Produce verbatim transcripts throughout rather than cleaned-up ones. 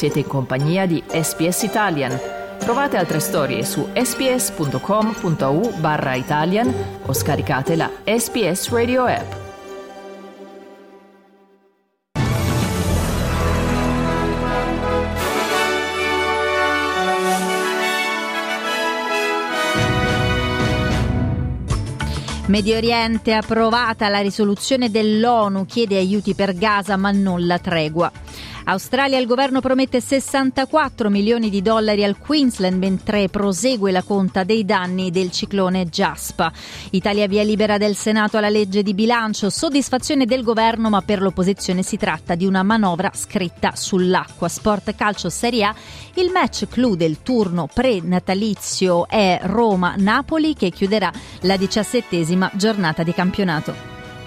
Siete in compagnia di S B S Italian. Trovate altre storie su sbs.com.au barra Italian o scaricate la S B S Radio app. Medio Oriente, approvata la risoluzione dell'ONU, chiede aiuti per Gaza ma non la tregua. Australia, il governo promette sessantaquattro milioni di dollari al Queensland mentre prosegue la conta dei danni del ciclone Jasper. Italia via libera del Senato alla legge di bilancio, soddisfazione del governo ma per l'opposizione si tratta di una manovra scritta sull'acqua. Sport calcio Serie A, il match clou del turno pre-natalizio è Roma-Napoli che chiuderà la diciassettesima giornata di campionato.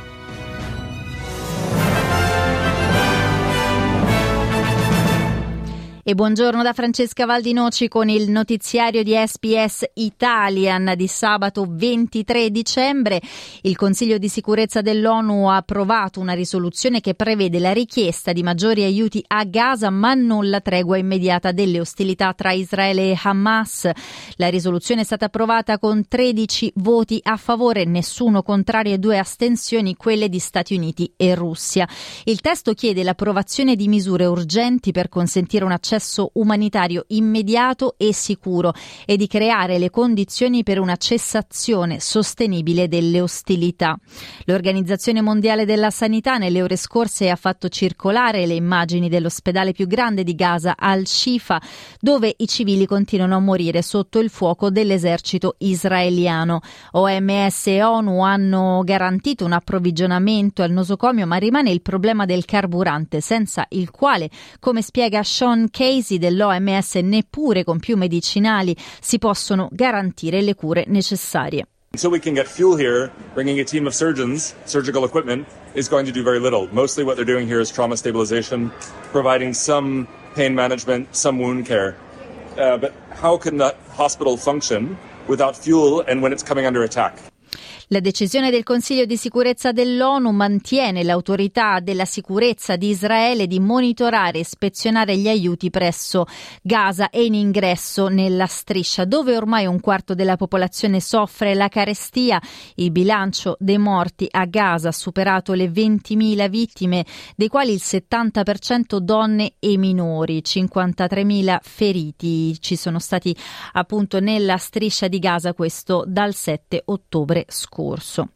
E buongiorno da Francesca Valdinoci con il notiziario di S B S Italian di sabato ventitré dicembre. Il Consiglio di sicurezza dell'ONU ha approvato una risoluzione che prevede la richiesta di maggiori aiuti a Gaza ma non la tregua immediata delle ostilità tra Israele e Hamas. La risoluzione è stata approvata con tredici voti a favore, nessuno contrario e due astensioni, quelle di Stati Uniti e Russia. Il testo chiede l'approvazione di misure urgenti per consentire un accesso umanitario immediato e sicuro e di creare le condizioni per una cessazione sostenibile delle ostilità. L'Organizzazione Mondiale della Sanità nelle ore scorse ha fatto circolare le immagini dell'ospedale più grande di Gaza, Al-Shifa, dove i civili continuano a morire sotto il fuoco dell'esercito israeliano. O M S e ONU hanno garantito un approvvigionamento al nosocomio, ma rimane il problema del carburante, senza il quale, come spiega Sean Casey dell'O M S, neppure con più medicinali si possono garantire le cure necessarie. Until we can get fuel here, bringing a team of surgeons, surgical equipment, is going to do very little. Mostly what they're doing here is trauma stabilization, providing some pain management, some wound care. Uh, but how can that hospital function without fuel and when it's coming under attack? La decisione del Consiglio di sicurezza dell'ONU mantiene l'autorità della sicurezza di Israele di monitorare e ispezionare gli aiuti presso Gaza e in ingresso nella striscia, dove ormai un quarto della popolazione soffre la carestia. Il bilancio dei morti a Gaza ha superato le ventimila vittime, dei quali il settanta per cento donne e minori, cinquantatremila feriti ci sono stati appunto nella striscia di Gaza, questo dal sette ottobre scorso. Corso.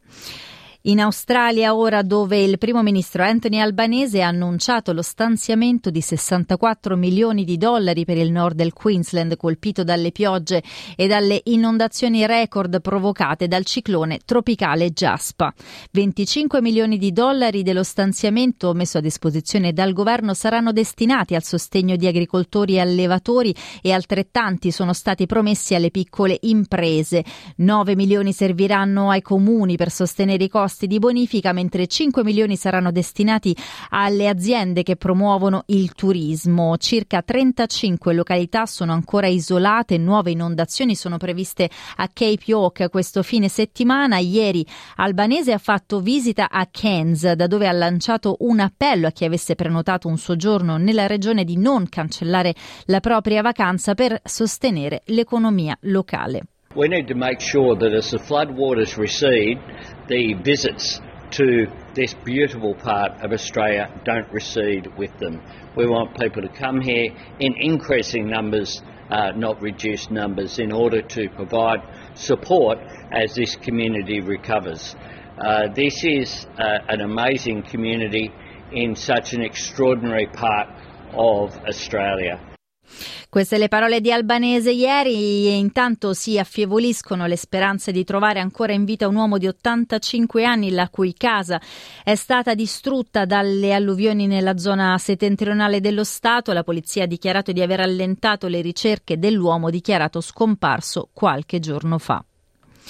In Australia ora, dove il primo ministro Anthony Albanese ha annunciato lo stanziamento di sessantaquattro milioni di dollari per il nord del Queensland colpito dalle piogge e dalle inondazioni record provocate dal ciclone tropicale Jasper. venticinque milioni di dollari dello stanziamento messo a disposizione dal governo saranno destinati al sostegno di agricoltori e allevatori e altrettanti sono stati promessi alle piccole imprese. nove milioni serviranno ai comuni per sostenere i costi di bonifica, mentre cinque milioni saranno destinati alle aziende che promuovono il turismo. Circa trentacinque località sono ancora isolate, nuove inondazioni sono previste a Cape York questo fine settimana. Ieri Albanese ha fatto visita a Cairns, da dove ha lanciato un appello a chi avesse prenotato un soggiorno nella regione di non cancellare la propria vacanza per sostenere l'economia locale. We need to make sure that as the floodwaters recede, the visits to this beautiful part of Australia don't recede with them. We want people to come here in increasing numbers, uh, not reduced numbers, in order to provide support as this community recovers. Uh, this is uh, an amazing community in such an extraordinary part of Australia. Queste le parole di Albanese ieri, e intanto si affievoliscono le speranze di trovare ancora in vita un uomo di ottantacinque anni la cui casa è stata distrutta dalle alluvioni nella zona settentrionale dello Stato. La polizia ha dichiarato di aver allentato le ricerche dell'uomo dichiarato scomparso qualche giorno fa.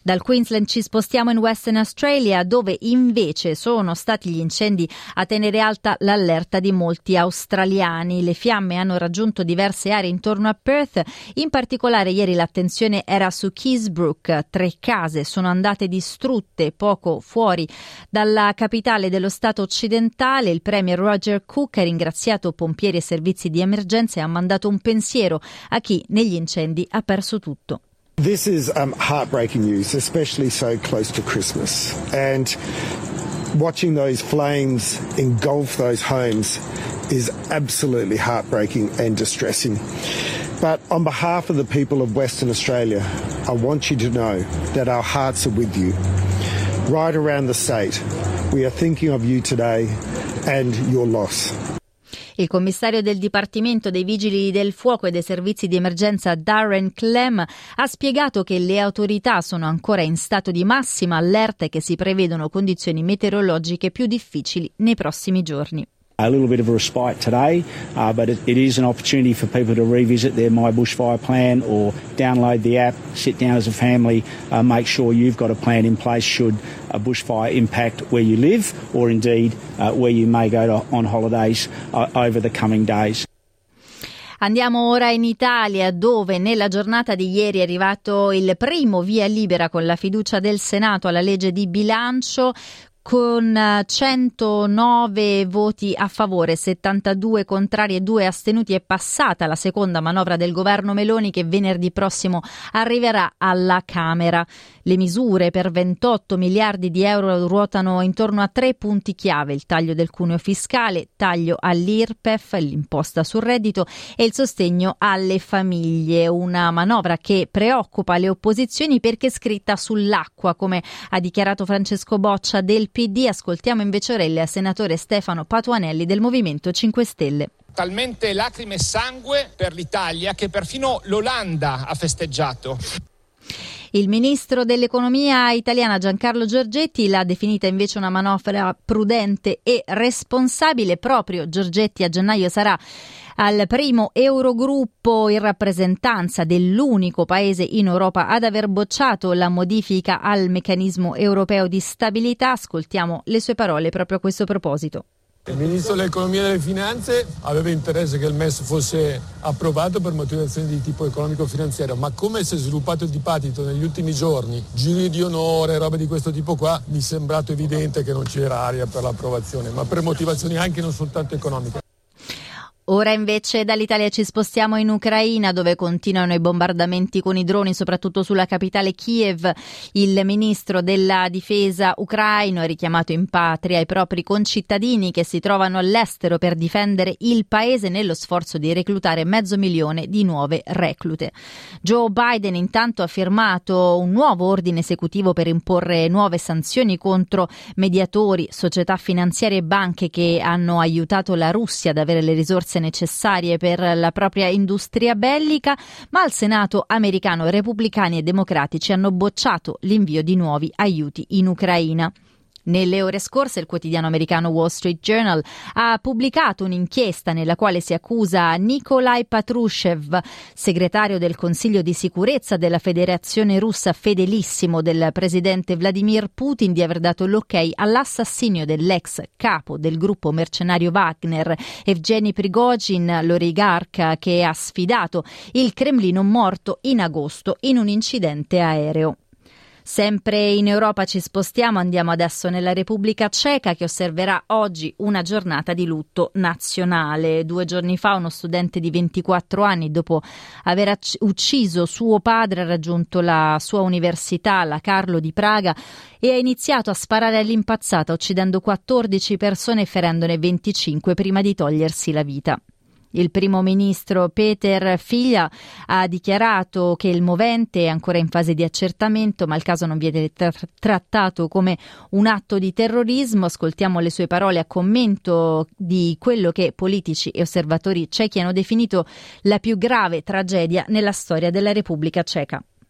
Dal Queensland ci spostiamo in Western Australia, dove invece sono stati gli incendi a tenere alta l'allerta di molti australiani. Le fiamme hanno raggiunto diverse aree intorno a Perth, in particolare ieri l'attenzione era su Keysbrook. Tre case sono andate distrutte poco fuori dalla capitale dello stato occidentale. Il premier Roger Cook ha ringraziato pompieri e servizi di emergenza e ha mandato un pensiero a chi negli incendi ha perso tutto. This is um, heartbreaking news, especially so close to Christmas. And watching those flames engulf those homes is absolutely heartbreaking and distressing. But on behalf of the people of Western Australia, I want you to know that our hearts are with you. Right around the state, we are thinking of you today and your loss. Il commissario del Dipartimento dei Vigili del Fuoco e dei Servizi di Emergenza Darren Clem ha spiegato che le autorità sono ancora in stato di massima allerta e che si prevedono condizioni meteorologiche più difficili nei prossimi giorni. A little bit of a respite today, uh, but it, it is an opportunity for people to revisit their My Bushfire plan or download the app, sit down as a family, uh, make sure you've got a plan in place should a bushfire impact where you live or indeed uh, where you may go to, on holidays uh, over the coming days. Andiamo ora in Italia, dove nella giornata di ieri è arrivato il primo via libera con la fiducia del Senato alla legge di bilancio. Con centonove voti a favore, settantadue contrari e due astenuti è passata la seconda manovra del governo Meloni, che venerdì prossimo arriverà alla Camera. Le misure per ventotto miliardi di euro ruotano intorno a tre punti chiave: il taglio del cuneo fiscale, taglio all'I R P E F, l'imposta sul reddito e il sostegno alle famiglie. Una manovra che preoccupa le opposizioni perché è scritta sull'acqua, come ha dichiarato Francesco Boccia del P D. Ascoltiamo invece ora il senatore Stefano Patuanelli del Movimento cinque Stelle. Talmente lacrime e sangue per l'Italia che perfino l'Olanda ha festeggiato. Il ministro dell'economia italiana Giancarlo Giorgetti l'ha definita invece una manovra prudente e responsabile. Proprio Giorgetti a gennaio sarà al primo Eurogruppo in rappresentanza dell'unico paese in Europa ad aver bocciato la modifica al meccanismo europeo di stabilità. Ascoltiamo le sue parole proprio a questo proposito. Il Ministro dell'Economia e delle Finanze aveva interesse che il M E S fosse approvato per motivazioni di tipo economico-finanziario, ma come si è sviluppato il dibattito negli ultimi giorni, giri di onore, robe di questo tipo qua, mi è sembrato evidente che non c'era aria per l'approvazione, ma per motivazioni anche non soltanto economiche. Ora invece dall'Italia ci spostiamo in Ucraina, dove continuano i bombardamenti con i droni, soprattutto sulla capitale Kiev. Il ministro della difesa ucraino ha richiamato in patria i propri concittadini che si trovano all'estero per difendere il paese nello sforzo di reclutare mezzo milione di nuove reclute. Joe Biden intanto ha firmato un nuovo ordine esecutivo per imporre nuove sanzioni contro mediatori, società finanziarie e banche che hanno aiutato la Russia ad avere le risorse necessarie per la propria industria bellica, ma al Senato americano repubblicani e democratici hanno bocciato l'invio di nuovi aiuti in Ucraina. Nelle ore scorse il quotidiano americano Wall Street Journal ha pubblicato un'inchiesta nella quale si accusa Nikolai Patrushev, segretario del Consiglio di sicurezza della Federazione Russa fedelissimo del presidente Vladimir Putin, di aver dato l'ok all'assassinio dell'ex capo del gruppo mercenario Wagner, Evgeny Prigozhin, l'oligarca che ha sfidato il Cremlino morto in agosto in un incidente aereo. Sempre in Europa ci spostiamo, andiamo adesso nella Repubblica Ceca, che osserverà oggi una giornata di lutto nazionale. Due giorni fa uno studente di ventiquattro anni, dopo aver ucciso suo padre, ha raggiunto la sua università, la Carlo di Praga, e ha iniziato a sparare all'impazzata, uccidendo quattordici persone e ferendone venticinque prima di togliersi la vita. Il primo ministro Peter Fiala ha dichiarato che il movente è ancora in fase di accertamento, ma il caso non viene tra- trattato come un atto di terrorismo. Ascoltiamo le sue parole a commento di quello che politici e osservatori cechi hanno definito la più grave tragedia nella storia della Repubblica Ceca.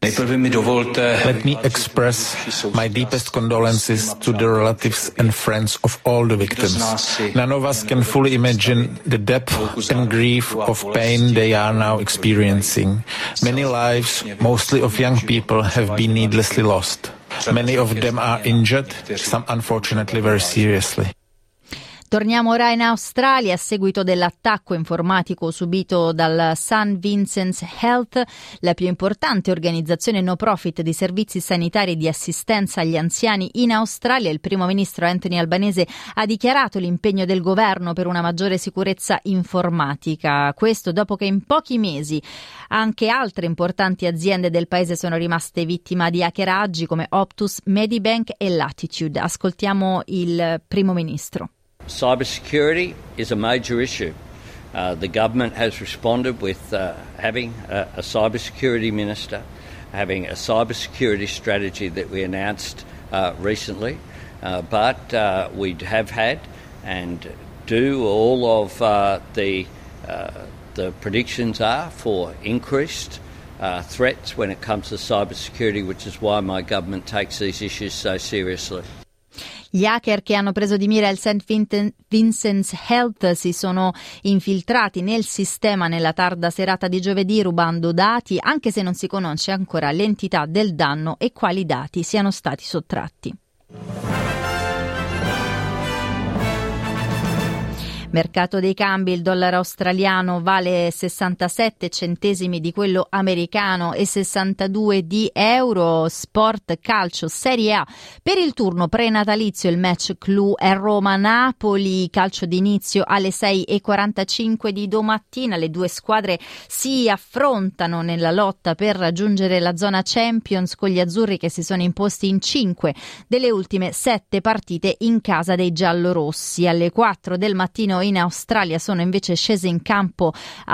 Let me express my deepest condolences to the relatives and friends of all the victims. None of us can fully imagine the depth and grief of pain they are now experiencing. Many lives, mostly of young people, have been needlessly lost. Many of them are injured, some unfortunately very seriously. Torniamo ora in Australia a seguito dell'attacco informatico subito dal Saint Vincent's Health, la più importante organizzazione no profit di servizi sanitari e di assistenza agli anziani in Australia. Il primo ministro Anthony Albanese ha dichiarato l'impegno del governo per una maggiore sicurezza informatica. Questo dopo che in pochi mesi anche altre importanti aziende del paese sono rimaste vittima di hackeraggi come Optus, Medibank e Latitude. Ascoltiamo il primo ministro. Cybersecurity is a major issue. Uh, the government has responded with uh, having a, a cybersecurity minister, having a cybersecurity strategy that we announced uh, recently, uh, but uh, we have had and do all of uh, the uh, the predictions are for increased uh, threats when it comes to cybersecurity, which is why my government takes these issues so seriously. Gli hacker che hanno preso di mira il Saint Vincent's Health si sono infiltrati nel sistema nella tarda serata di giovedì rubando dati, anche se non si conosce ancora l'entità del danno e quali dati siano stati sottratti. Mercato dei cambi, il dollaro australiano vale sessantasette centesimi di quello americano e sessantadue di euro. Sport calcio Serie A. Per il turno prenatalizio il match clou è Roma-Napoli, calcio d'inizio alle sei e quarantacinque di domattina. Le due squadre si affrontano nella lotta per raggiungere la zona Champions con gli azzurri che si sono imposti in cinque delle ultime sette partite in casa dei giallorossi. Alle quattro del mattino in Australia sono invece scese in campo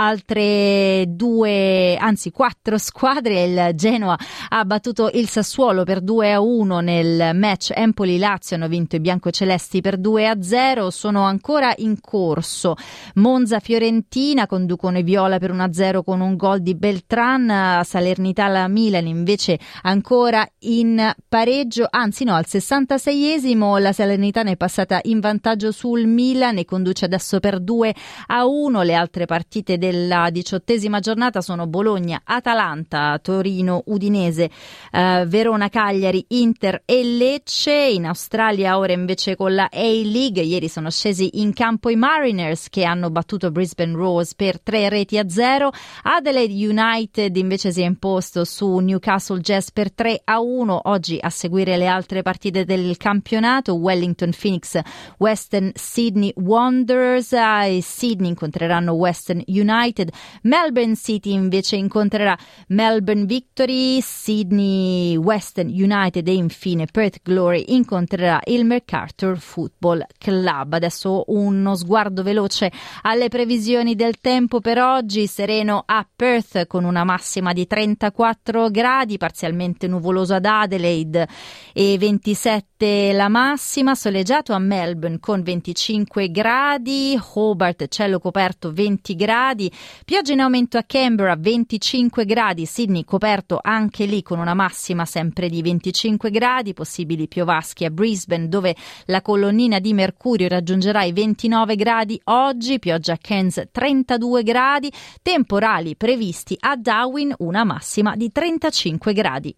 altre due, anzi quattro squadre. Il Genoa ha battuto il Sassuolo per due a uno nel match Empoli-Lazio, hanno vinto i biancocelesti per due a zero. Sono ancora in corso Monza-Fiorentina, conducono i viola per uno a zero con un gol di Beltran. Salernitana-Milan invece ancora in pareggio, anzi no, al sessantaseiesimo la Salernitana è passata in vantaggio sul Milan e conduce adesso per due a uno. Le altre partite della diciottesima giornata sono Bologna, Atalanta, Torino, Udinese, eh, Verona, Cagliari, Inter e Lecce. In Australia ora invece con la A-League ieri sono scesi in campo i Mariners che hanno battuto Brisbane Roars per tre reti a zero. Adelaide United invece si è imposto su Newcastle Jazz per tre a uno. Oggi a seguire le altre partite del campionato: Wellington Phoenix, Western Sydney Wanderers e Sydney incontreranno Western United. Melbourne City invece incontrerà Melbourne Victory, Sydney Western United e infine Perth Glory incontrerà il MacArthur Football Club. Adesso uno sguardo veloce alle previsioni del tempo per oggi. Sereno a Perth con una massima di trentaquattro gradi, parzialmente nuvoloso ad Adelaide e ventisette la massima, soleggiato a Melbourne con venticinque gradi, Hobart cielo coperto venti gradi, pioggia in aumento a Canberra venticinque gradi, Sydney coperto anche lì con una massima sempre di venticinque gradi, possibili piovaschi a Brisbane dove la colonnina di mercurio raggiungerà i ventinove gradi oggi, pioggia a Cairns trentadue gradi, temporali previsti a Darwin, una massima di trentacinque gradi.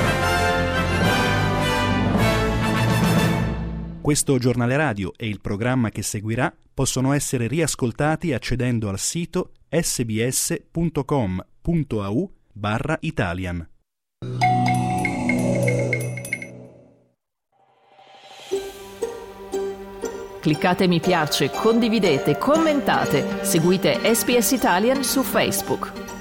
Questo giornale radio e il programma che seguirà possono essere riascoltati accedendo al sito sbs.com.au barra Italian. Cliccate mi piace, condividete, commentate, seguite S B S Italian su Facebook.